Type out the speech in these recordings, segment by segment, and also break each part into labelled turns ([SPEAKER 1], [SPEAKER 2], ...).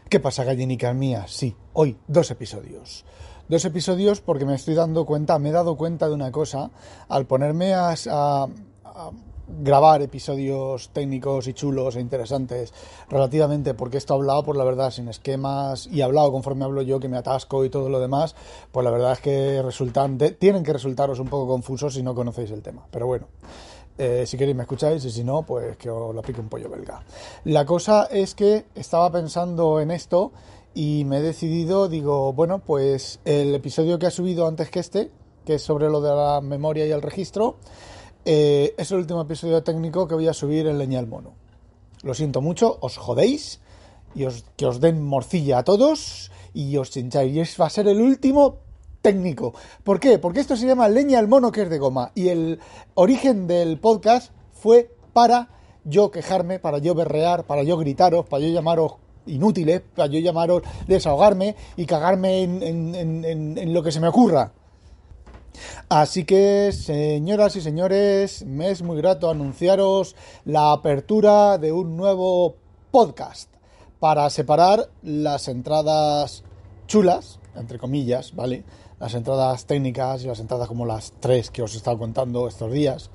[SPEAKER 1] ¿Qué pasa, gallinicas mías? Sí, hoy dos episodios. Dos episodios porque me he dado cuenta de una cosa al ponerme a grabar episodios técnicos y chulos e interesantes relativamente, porque esto he hablado, por la verdad, sin esquemas y he hablado conforme hablo yo, que me atasco y todo lo demás, pues la verdad es que tienen que resultaros un poco confusos si no conocéis el tema. Pero bueno, si queréis me escucháis y si no, pues que os la pique un pollo belga. La cosa es que estaba pensando en esto y me he decidido, digo, bueno, pues el episodio que ha subido antes que este, que es sobre lo de la memoria y el registro, es el último episodio técnico que voy a subir en Leña del Mono. Lo siento mucho, os jodéis y que os den morcilla a todos y os hincháis. Y va a ser el último técnico. ¿Por qué? Porque esto se llama Leña al Mono, que es de goma. Y el origen del podcast fue para yo quejarme, para yo berrear, para yo gritaros, para yo llamaros inútiles, para yo llamaros desahogarme y cagarme en lo que se me ocurra. Así que, señoras y señores, me es muy grato anunciaros la apertura de un nuevo podcast para separar las entradas chulas, entre comillas, ¿vale? Las entradas técnicas y las entradas como las tres que os he estado contando estos días.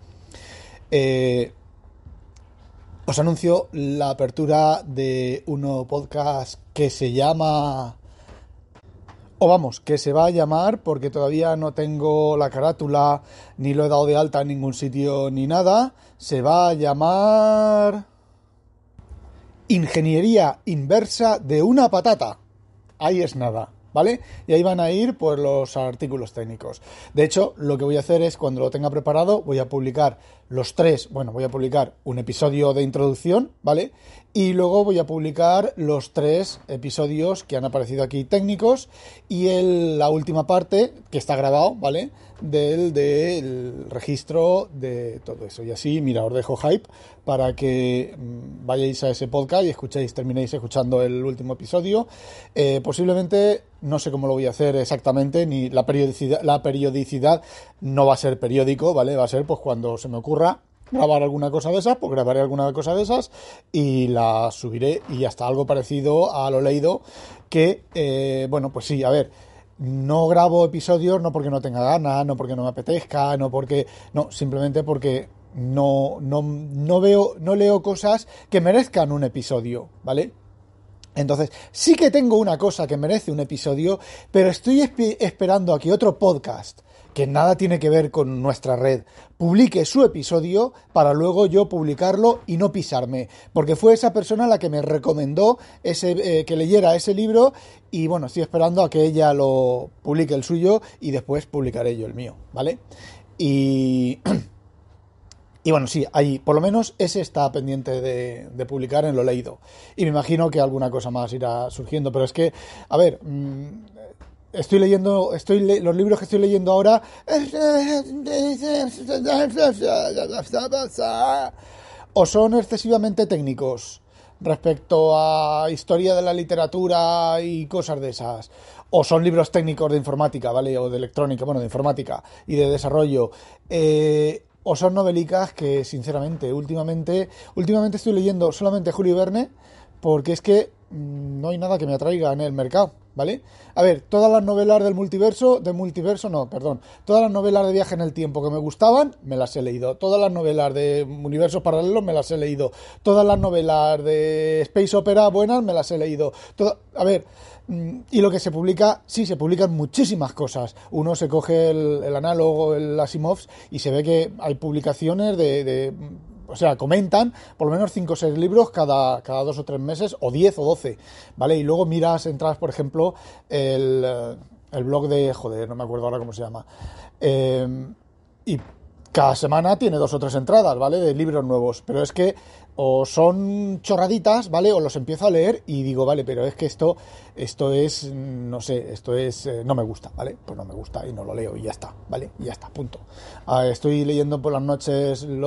[SPEAKER 1] Os anuncio la apertura de un nuevo podcast que se llama... O vamos, que se va a llamar, porque todavía no tengo la carátula, ni lo he dado de alta en ningún sitio ni nada, se va a llamar... Ingeniería inversa de una patata. Ahí es nada, ¿vale? Y ahí van a ir pues los artículos técnicos. De hecho, lo que voy a hacer es, cuando lo tenga preparado, voy a publicar voy a publicar un episodio de introducción, ¿vale? Y luego voy a publicar los 3 episodios que han aparecido aquí técnicos y la última parte, que está grabado, ¿vale? Del registro de todo eso. Y así, mira, os dejo hype para que vayáis a ese podcast y terminéis escuchando el último episodio. Posiblemente, no sé cómo lo voy a hacer exactamente, ni la periodicidad no va a ser periódico, ¿vale? Va a ser pues cuando se me ocurra grabar alguna cosa de esas, pues grabaré alguna cosa de esas y la subiré, y hasta algo parecido a lo leído, que, bueno, pues sí, a ver, no grabo episodios no porque no tenga ganas, no porque no me apetezca, no, simplemente porque no leo cosas que merezcan un episodio, ¿vale? Entonces, sí que tengo una cosa que merece un episodio, pero estoy esperando a que otro podcast, que nada tiene que ver con nuestra red, publique su episodio para luego yo publicarlo y no pisarme. Porque fue esa persona la que me recomendó que leyera ese libro, y bueno, estoy esperando a que ella lo publique el suyo y después publicaré yo el mío, ¿vale? Y... Y bueno, sí, ahí por lo menos ese está pendiente de publicar en lo leído. Y me imagino que alguna cosa más irá surgiendo. Pero es que, a ver, estoy leyendo, los libros que estoy leyendo ahora o son excesivamente técnicos respecto a historia de la literatura y cosas de esas, o son libros técnicos de informática, ¿vale? O de electrónica, bueno, de informática y de desarrollo, o son novelicas que, sinceramente, últimamente estoy leyendo solamente Julio Verne, porque es que no hay nada que me atraiga en el mercado, ¿vale? A ver, todas las novelas todas las novelas de viaje en el tiempo que me gustaban, me las he leído. Todas las novelas de universos paralelos me las he leído. Todas las novelas de Space Opera buenas me las he leído. A ver, y lo que se publica, sí, se publican muchísimas cosas. Uno se coge el análogo, el Asimov, y se ve que hay publicaciones o sea, comentan por lo menos 5 o 6 libros cada 2 o 3 meses, o 10 o 12, ¿vale? Y luego entras, por ejemplo, el blog de... Joder, no me acuerdo ahora cómo se llama. Y cada semana tiene 2 o 3 entradas, ¿vale? De libros nuevos. Pero es que o son chorraditas, ¿vale? O los empiezo a leer y digo, vale, pero es que esto es, no sé, no me gusta, ¿vale? Pues no me gusta y no lo leo y ya está, ¿vale? Y ya está, punto. Estoy leyendo por las noches de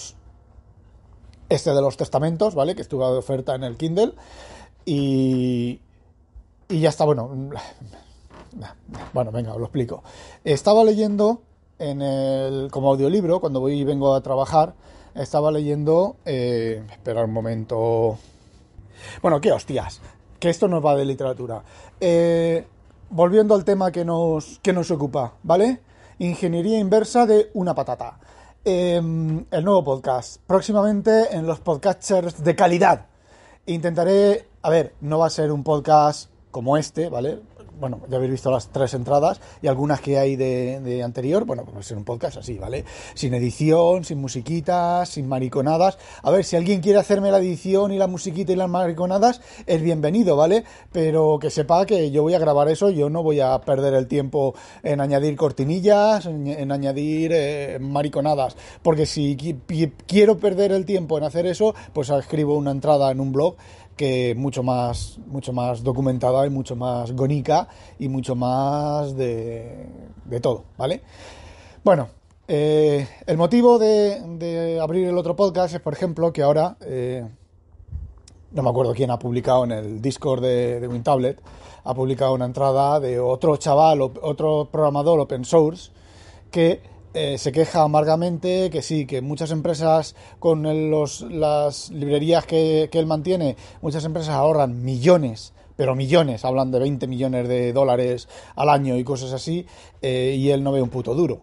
[SPEAKER 1] los testamentos, ¿vale? Que estuvo de oferta en el Kindle y ya está, bueno, venga, os lo explico. Estaba leyendo como audiolibro, cuando voy y vengo a trabajar, estaba leyendo, esperad un momento, bueno, qué hostias, que esto nos va de literatura. Volviendo al tema que nos ocupa, ¿vale? Ingeniería inversa de una patata. El nuevo podcast. Próximamente en los podcasters de calidad. Intentaré, a ver, no va a ser un podcast como este, ¿vale? Bueno, ya habéis visto las 3 entradas y algunas que hay de anterior. Bueno, pues va a ser un podcast así, ¿vale? Sin edición, sin musiquitas, sin mariconadas. A ver, si alguien quiere hacerme la edición y la musiquita y las mariconadas, es bienvenido, ¿vale? Pero que sepa que yo voy a grabar eso, yo no voy a perder el tiempo en añadir cortinillas, en añadir mariconadas. Porque si quiero perder el tiempo en hacer eso, pues escribo una entrada en un blog que mucho más documentada y mucho más gónica y mucho más de todo, ¿vale? Bueno, el motivo de abrir el otro podcast es, por ejemplo, que ahora, no me acuerdo quién ha publicado en el Discord de WinTablet, ha publicado una entrada de otro chaval, otro programador open source, que se queja amargamente que sí, que muchas empresas con las librerías que él mantiene, muchas empresas ahorran millones, pero millones, hablan de 20 millones de dólares al año y cosas así, y él no ve un puto duro.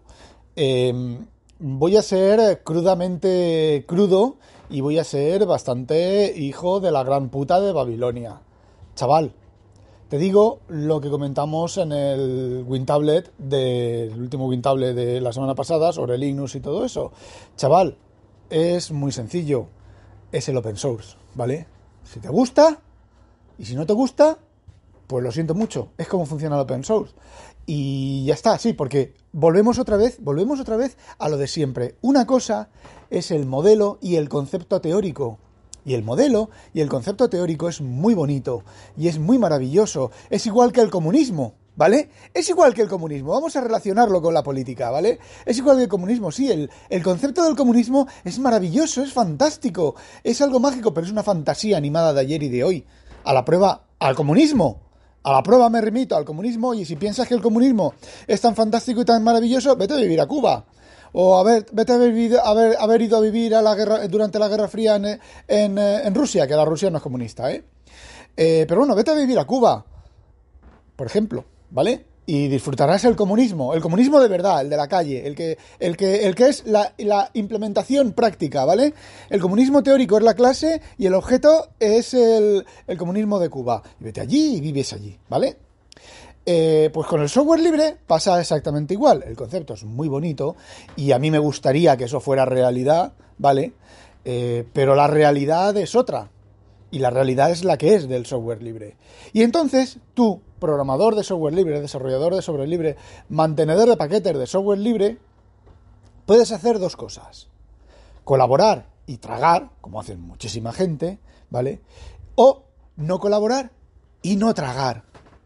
[SPEAKER 1] Voy a ser crudamente crudo y voy a ser bastante hijo de la gran puta de Babilonia. Chaval, te digo lo que comentamos en el WinTablet, del último WinTablet de la semana pasada, sobre Linux y todo eso. Chaval, es muy sencillo. Es el open source, ¿vale? Si te gusta, y si no te gusta, pues lo siento mucho. Es como funciona el open source. Y ya está, sí, porque volvemos otra vez a lo de siempre. Una cosa es el modelo y el concepto teórico. Y el modelo y el concepto teórico es muy bonito y es muy maravilloso. Es igual que el comunismo, ¿vale? Es igual que el comunismo. Vamos a relacionarlo con la política, ¿vale? Es igual que el comunismo, sí. El concepto del comunismo es maravilloso, es fantástico. Es algo mágico, pero es una fantasía animada de ayer y de hoy. A la prueba, al comunismo. A la prueba me remito al comunismo, y si piensas que el comunismo es tan fantástico y tan maravilloso, vete a vivir a Cuba. O vete a haber ido a vivir a la guerra, durante la Guerra Fría en Rusia, que la Rusia no es comunista, ¿eh? Pero bueno, vete a vivir a Cuba, por ejemplo, ¿vale? Y disfrutarás el comunismo de verdad, el de la calle, el que es la implementación práctica, ¿vale? El comunismo teórico es la clase y el objeto es el comunismo de Cuba. Y vete allí y vives allí, ¿vale? Pues con el software libre pasa exactamente igual. El concepto es muy bonito y a mí me gustaría que eso fuera realidad, ¿vale? Pero la realidad es otra. Y la realidad es la que es del software libre. Y entonces tú, programador de software libre, desarrollador de software libre, mantenedor de paquetes de software libre, puedes hacer 2 cosas. Colaborar y tragar, como hacen muchísima gente, ¿vale? O no colaborar y no tragar.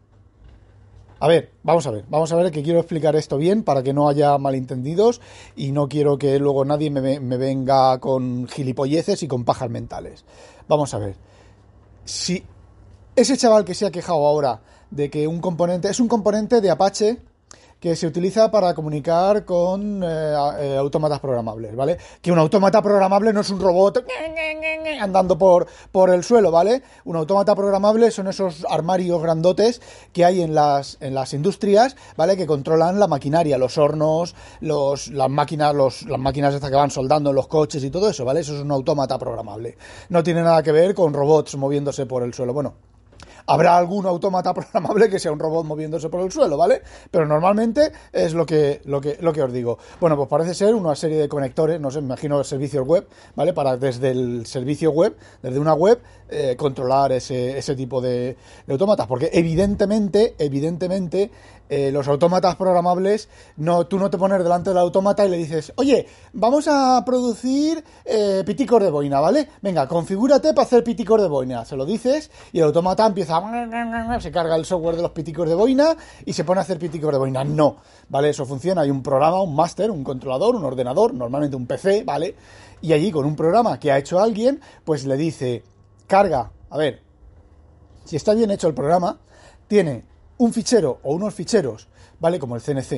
[SPEAKER 1] A ver, vamos a ver que quiero explicar esto bien para que no haya malentendidos y no quiero que luego nadie me venga con gilipolleces y con pajas mentales. Vamos a ver. Si ese chaval que se ha quejado ahora de que un componente es un componente de Apache que se utiliza para comunicar con autómatas programables, ¿vale? Que un autómata programable no es un robot andando por el suelo, ¿vale? Un autómata programable son esos armarios grandotes que hay en las industrias, ¿vale? Que controlan la maquinaria, los hornos, las máquinas estas que van soldando en los coches y todo eso, ¿vale? Eso es un autómata programable. No tiene nada que ver con robots moviéndose por el suelo. Bueno, habrá algún autómata programable que sea un robot moviéndose por el suelo, ¿vale? Pero normalmente es lo que os digo. Bueno, pues parece ser una serie de conectores, no sé, me imagino servicios web, ¿vale? Para desde el servicio web, desde una web, controlar ese tipo de autómatas. Porque evidentemente, los autómatas programables, tú no te pones delante del autómata y le dices, oye, vamos a producir piticos de boina, ¿vale? Venga, configúrate para hacer piticos de boina. Se lo dices y el autómata empieza se carga el software de los piticos de boina y se pone a hacer piticos de boina. No, ¿vale? Eso funciona. Hay un programa, un máster, un controlador, un ordenador, normalmente un PC, ¿vale? Y allí con un programa que ha hecho alguien, pues le dice, carga, a ver, si está bien hecho el programa, tiene un fichero o unos ficheros, ¿vale? Como el CNC,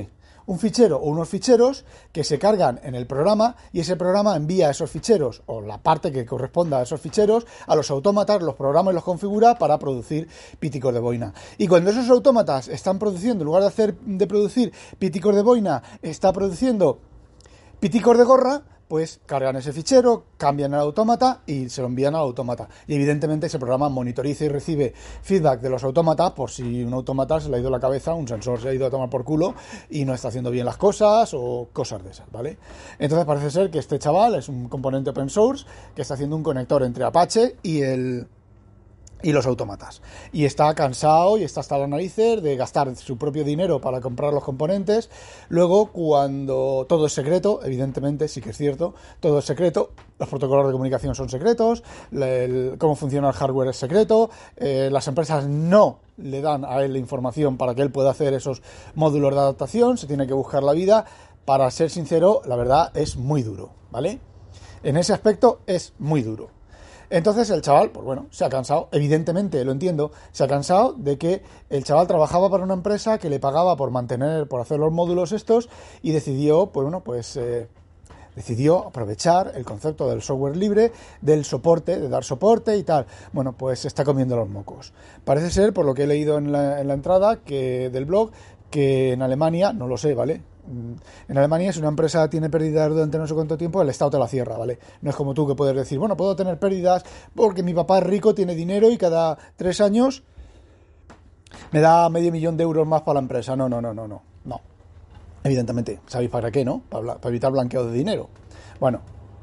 [SPEAKER 1] un fichero o unos ficheros que se cargan en el programa y ese programa envía esos ficheros o la parte que corresponda a esos ficheros a los autómatas, los programa y los configura para producir píticos de boina. Y cuando esos autómatas están produciendo, en lugar de producir píticos de boina, está produciendo píticos de gorra, pues cargan ese fichero, cambian el autómata y se lo envían al autómata. Y evidentemente ese programa monitoriza y recibe feedback de los autómatas por si un autómata se le ha ido la cabeza, un sensor se ha ido a tomar por culo y no está haciendo bien las cosas o cosas de esas, ¿vale? Entonces parece ser que este chaval es un componente open source que está haciendo un conector entre Apache y los autómatas. Y está cansado y está hasta las narices de gastar su propio dinero para comprar los componentes. Luego, cuando todo es secreto, evidentemente, sí que es cierto, todo es secreto, los protocolos de comunicación son secretos, cómo funciona el hardware es secreto, las empresas no le dan a él la información para que él pueda hacer esos módulos de adaptación, se tiene que buscar la vida. Para ser sincero, la verdad es muy duro, ¿vale? En ese aspecto es muy duro. Entonces el chaval, pues bueno, se ha cansado, evidentemente, lo entiendo, se ha cansado de que el chaval trabajaba para una empresa que le pagaba por hacer los módulos estos y decidió, pues bueno, decidió aprovechar el concepto del software libre, del soporte, de dar soporte y tal. Bueno, pues se está comiendo los mocos. Parece ser, por lo que he leído en la entrada del blog, que en Alemania, no lo sé, ¿vale? En Alemania, si una empresa tiene pérdidas durante no sé cuánto tiempo, el Estado te la cierra, ¿vale? No es como tú que puedes decir, bueno, puedo tener pérdidas porque mi papá es rico, tiene dinero y cada 3 años me da $500,000 más para la empresa. No. Evidentemente, ¿sabéis para qué, no? Para evitar blanqueo de dinero. Bueno,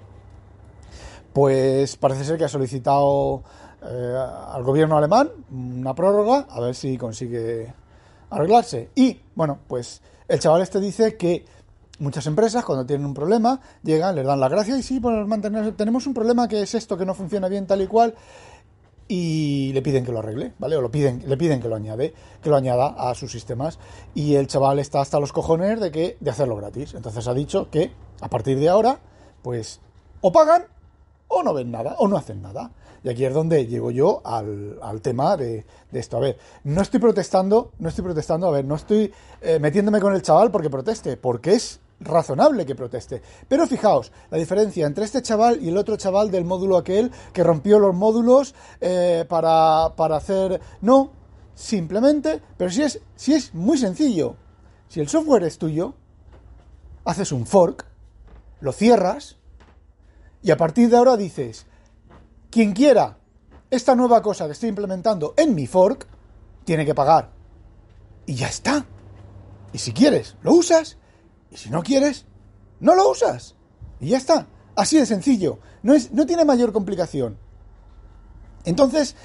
[SPEAKER 1] pues parece ser que ha solicitado al gobierno alemán una prórroga, a ver si consigue arreglarse. Y, bueno, pues el chaval este dice que muchas empresas, cuando tienen un problema, llegan, les dan las gracias y sí, pues tenemos un problema que es esto, que no funciona bien tal y cual, y le piden que lo arregle, ¿vale? O le piden que lo añada a sus sistemas. Y el chaval está hasta los cojones de hacerlo gratis. Entonces ha dicho que a partir de ahora, pues, o pagan o no ven nada, o no hacen nada. Y aquí es donde llego yo al tema de esto. A ver, no estoy protestando, a ver, no estoy metiéndome con el chaval porque proteste, porque es razonable que proteste. Pero fijaos, la diferencia entre este chaval y el otro chaval del módulo aquel que rompió los módulos para hacer... No, simplemente, pero si es muy sencillo. Si el software es tuyo, haces un fork, lo cierras y a partir de ahora dices, quien quiera esta nueva cosa que estoy implementando en mi fork, tiene que pagar. Y ya está. Y si quieres, lo usas. Y si no quieres, no lo usas. Y ya está. Así de sencillo. No tiene mayor complicación. Entonces,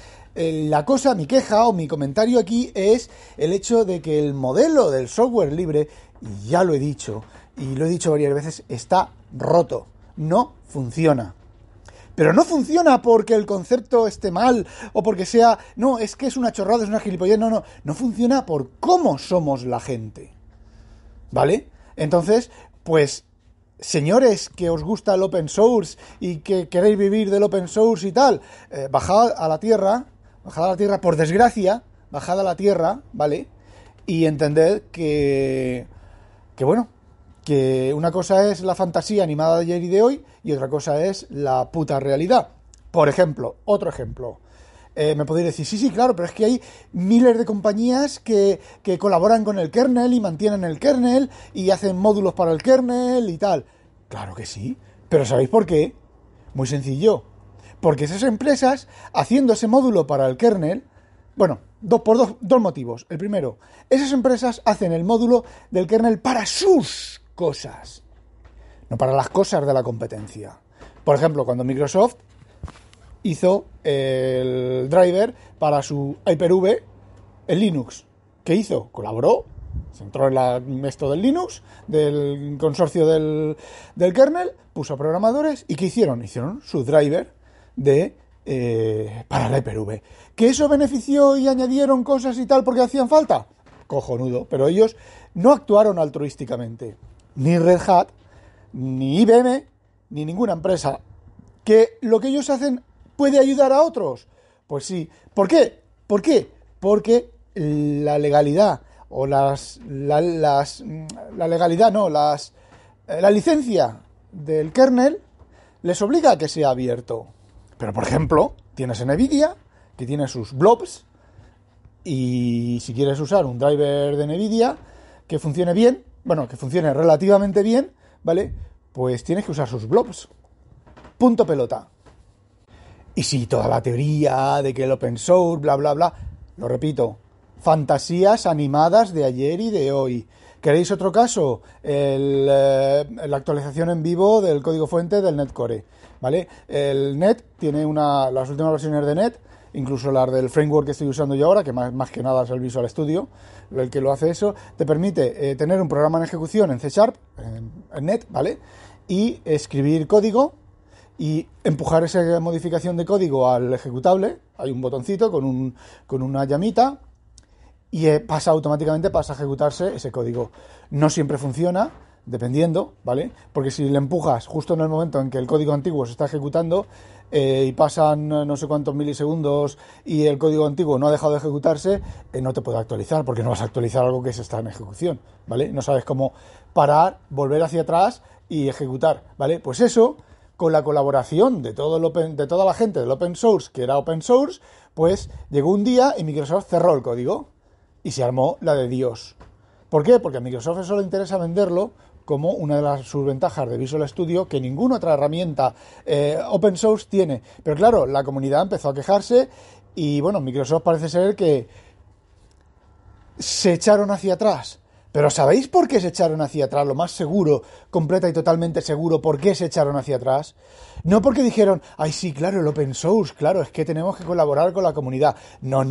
[SPEAKER 1] mi queja o mi comentario aquí es el hecho de que el modelo del software libre, y ya lo he dicho, y lo he dicho varias veces, está roto. No funciona. Pero no funciona porque el concepto esté mal o porque sea... No, es que es una chorrada, es una gilipollez. No funciona por cómo somos la gente. ¿Vale? Entonces, pues, señores que os gusta el open source y que queréis vivir del open source y tal, bajad a la tierra, por desgracia, bajad a la tierra, ¿vale? Y entended que bueno, que una cosa es la fantasía animada de ayer y de hoy y otra cosa es la puta realidad. Por ejemplo, otro ejemplo. Me podéis decir, sí, claro, pero es que hay miles de compañías que colaboran con el kernel y mantienen el kernel y hacen módulos para el kernel y tal. Claro que sí, pero ¿sabéis por qué? Muy sencillo. Porque esas empresas, haciendo ese módulo para el kernel, bueno, por dos motivos. El primero, esas empresas hacen el módulo del kernel para sus cosas, no para las cosas de la competencia. Por ejemplo, cuando Microsoft hizo el driver para su Hyper-V en Linux, ¿qué hizo? Colaboró, se entró en esto del Linux, del consorcio del kernel, puso programadores y ¿qué hicieron? Hicieron su driver para el Hyper-V. ¿Que eso benefició y añadieron cosas y tal porque hacían falta? Cojonudo, pero ellos no actuaron altruísticamente. Ni Red Hat, ni IBM, ni ninguna empresa. ¿Que lo que ellos hacen puede ayudar a otros? Pues sí. ¿Por qué? Porque la legalidad o la legalidad, no, la licencia del kernel les obliga a que sea abierto. Pero, por ejemplo, tienes NVIDIA, que tiene sus blobs, y si quieres usar un driver de NVIDIA que funcione bien, bueno, que funcione relativamente bien, ¿vale? Pues tienes que usar sus blobs. Punto pelota. Y sí, toda la teoría de que el open source, bla, bla, bla, lo repito, fantasías animadas de ayer y de hoy. ¿Queréis otro caso? La actualización en vivo del código fuente del Netcore, ¿vale? El Net tiene las últimas versiones de Net, incluso las del framework que estoy usando yo ahora, que más que nada es el Visual Studio, el que lo hace eso, te permite tener un programa en ejecución en C#, en Net, ¿vale? Y escribir código y empujar esa modificación de código al ejecutable. Hay un botoncito con una llamita y automáticamente pasa a ejecutarse ese código. No siempre funciona, dependiendo, ¿vale? Porque si le empujas justo en el momento en que el código antiguo se está ejecutando y pasan no sé cuántos milisegundos y el código antiguo no ha dejado de ejecutarse, no te puede actualizar, porque no vas a actualizar algo que se está en ejecución, ¿vale? No sabes cómo parar, volver hacia atrás y ejecutar, ¿vale? Pues eso, con la colaboración de toda la gente del open source, que era open source, pues llegó un día y Microsoft cerró el código y se armó la de Dios. ¿Por qué? Porque a Microsoft eso le interesa venderlo como una de sus ventajas de Visual Studio que ninguna otra herramienta open source tiene. Pero claro, la comunidad empezó a quejarse y bueno, Microsoft parece ser que se echaron hacia atrás. Pero ¿sabéis por qué se echaron hacia atrás? Lo más seguro, completa y totalmente seguro, ¿por qué se echaron hacia atrás? No porque dijeron, ay sí, claro, el open source, claro, es que tenemos que colaborar con la comunidad. No.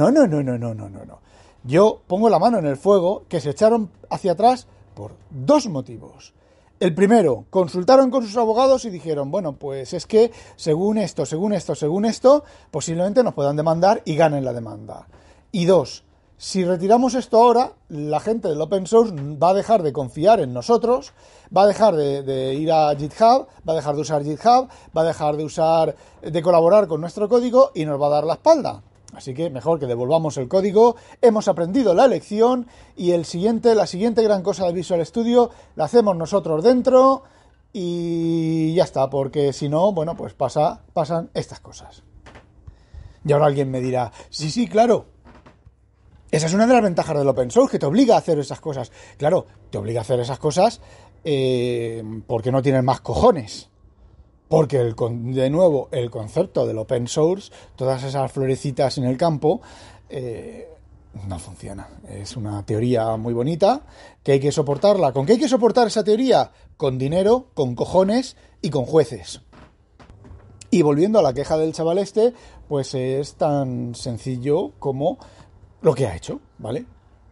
[SPEAKER 1] Yo pongo la mano en el fuego que se echaron hacia atrás por dos motivos. El primero, consultaron con sus abogados y dijeron, bueno, pues es que según esto, posiblemente nos puedan demandar y ganen la demanda. Y dos, si retiramos esto ahora, la gente del open source va a dejar de confiar en nosotros, va a dejar de ir a GitHub, va a dejar de usar GitHub, va a dejar de colaborar con nuestro código y nos va a dar la espalda. Así que mejor que devolvamos el código, hemos aprendido la lección y la siguiente gran cosa de Visual Studio la hacemos nosotros dentro y ya está, porque si no, bueno, pues pasan estas cosas. Y ahora alguien me dirá, sí, claro, esa es una de las ventajas del open source, que te obliga a hacer esas cosas. Claro, te obliga a hacer esas cosas porque no tienes más cojones. Porque, de nuevo, el concepto del open source, todas esas florecitas en el campo, no funciona. Es una teoría muy bonita, que hay que soportarla. ¿Con qué hay que soportar esa teoría? Con dinero, con cojones y con jueces. Y volviendo a la queja del chaval pues es tan sencillo como lo que ha hecho, ¿vale?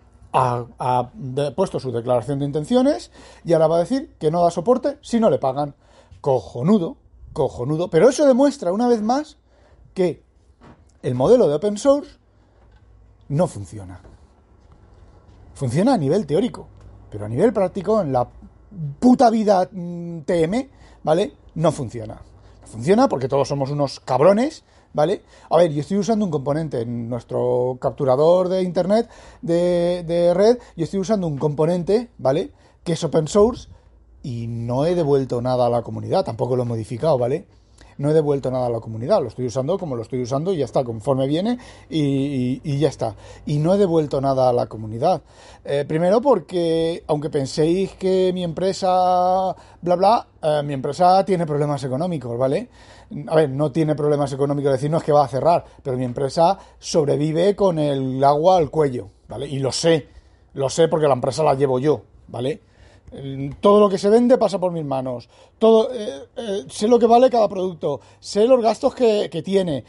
[SPEAKER 1] Ha puesto su declaración de intenciones y ahora va a decir que no da soporte si no le pagan. Cojonudo, pero eso demuestra una vez más que el modelo de open source no funciona. Funciona a nivel teórico, pero a nivel práctico, en la puta vida TM, ¿vale? No funciona. No funciona porque todos somos unos cabrones, ¿vale? A ver, yo estoy usando un componente en nuestro capturador de internet de red, yo estoy usando un componente, ¿vale? Que es open source y no he devuelto nada a la comunidad, tampoco lo he modificado, ¿vale? No he devuelto nada a la comunidad, lo estoy usando como lo estoy usando y ya está, conforme viene y ya está. Y no he devuelto nada a la comunidad. Primero porque, aunque penséis que mi empresa, mi empresa tiene problemas económicos, ¿vale? A ver, no tiene problemas económicos, decir, no es que va a cerrar, pero mi empresa sobrevive con el agua al cuello, ¿vale? Y lo sé porque la empresa la llevo yo, ¿vale? Todo lo que se vende pasa por mis manos. Todo, sé lo que vale cada producto, sé los gastos que tiene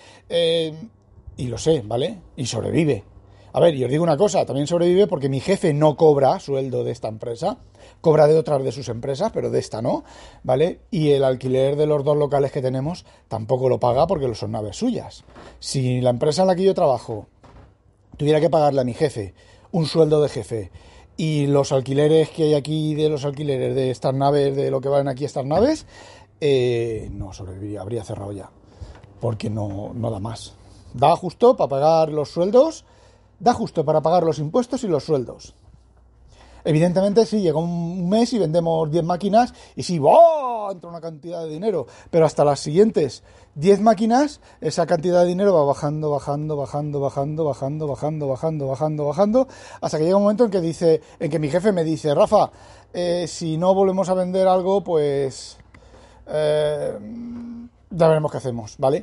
[SPEAKER 1] y lo sé, ¿vale? Y sobrevive. A ver, y os digo una cosa, también sobrevive porque mi jefe no cobra sueldo de esta empresa, cobra de otras de sus empresas, pero de esta no, ¿vale? Y el alquiler de los dos locales que tenemos tampoco lo paga porque son naves suyas. Si la empresa en la que yo trabajo tuviera que pagarle a mi jefe un sueldo de jefe y los alquileres que hay aquí de los alquileres de estas naves, de lo que valen aquí estas naves, no sobreviviría, habría cerrado ya, porque no da más. Da justo para pagar los sueldos, da justo para pagar los impuestos y los sueldos. Evidentemente, sí, llega un mes y vendemos 10 máquinas y sí, ¡wow! Entra una cantidad de dinero. Pero hasta las siguientes 10 máquinas, esa cantidad de dinero va bajando, bajando, bajando, bajando, bajando, bajando, bajando, bajando, bajando, hasta que llega un momento en que mi jefe me dice, Rafa, si no volvemos a vender algo, pues ya veremos qué hacemos, ¿vale?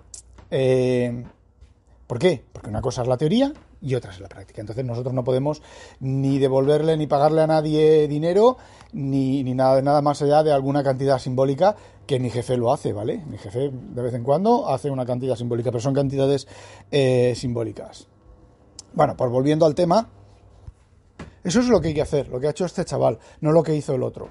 [SPEAKER 1] ¿Por qué? Porque una cosa es la teoría y otra es la práctica. Entonces nosotros no podemos ni devolverle ni pagarle a nadie dinero ni nada más allá de alguna cantidad simbólica, que mi jefe lo hace, ¿vale? Mi jefe de vez en cuando hace una cantidad simbólica, pero son cantidades simbólicas. Bueno, pues volviendo al tema, eso es lo que hay que hacer, lo que ha hecho este chaval, no lo que hizo el otro.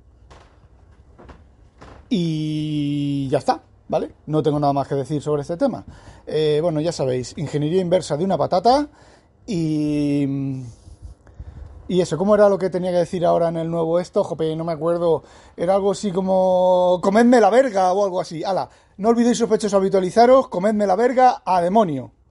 [SPEAKER 1] Y ya está, ¿vale? No tengo nada más que decir sobre este tema. Bueno, ya sabéis, ingeniería inversa de una patata y... Y eso, ¿cómo era lo que tenía que decir ahora en el nuevo esto? Jope, no me acuerdo. Era algo así como... comedme la verga o algo así. ¡Hala! No olvidéis, sospechosos, habitualizaros. Comedme la verga a demonio.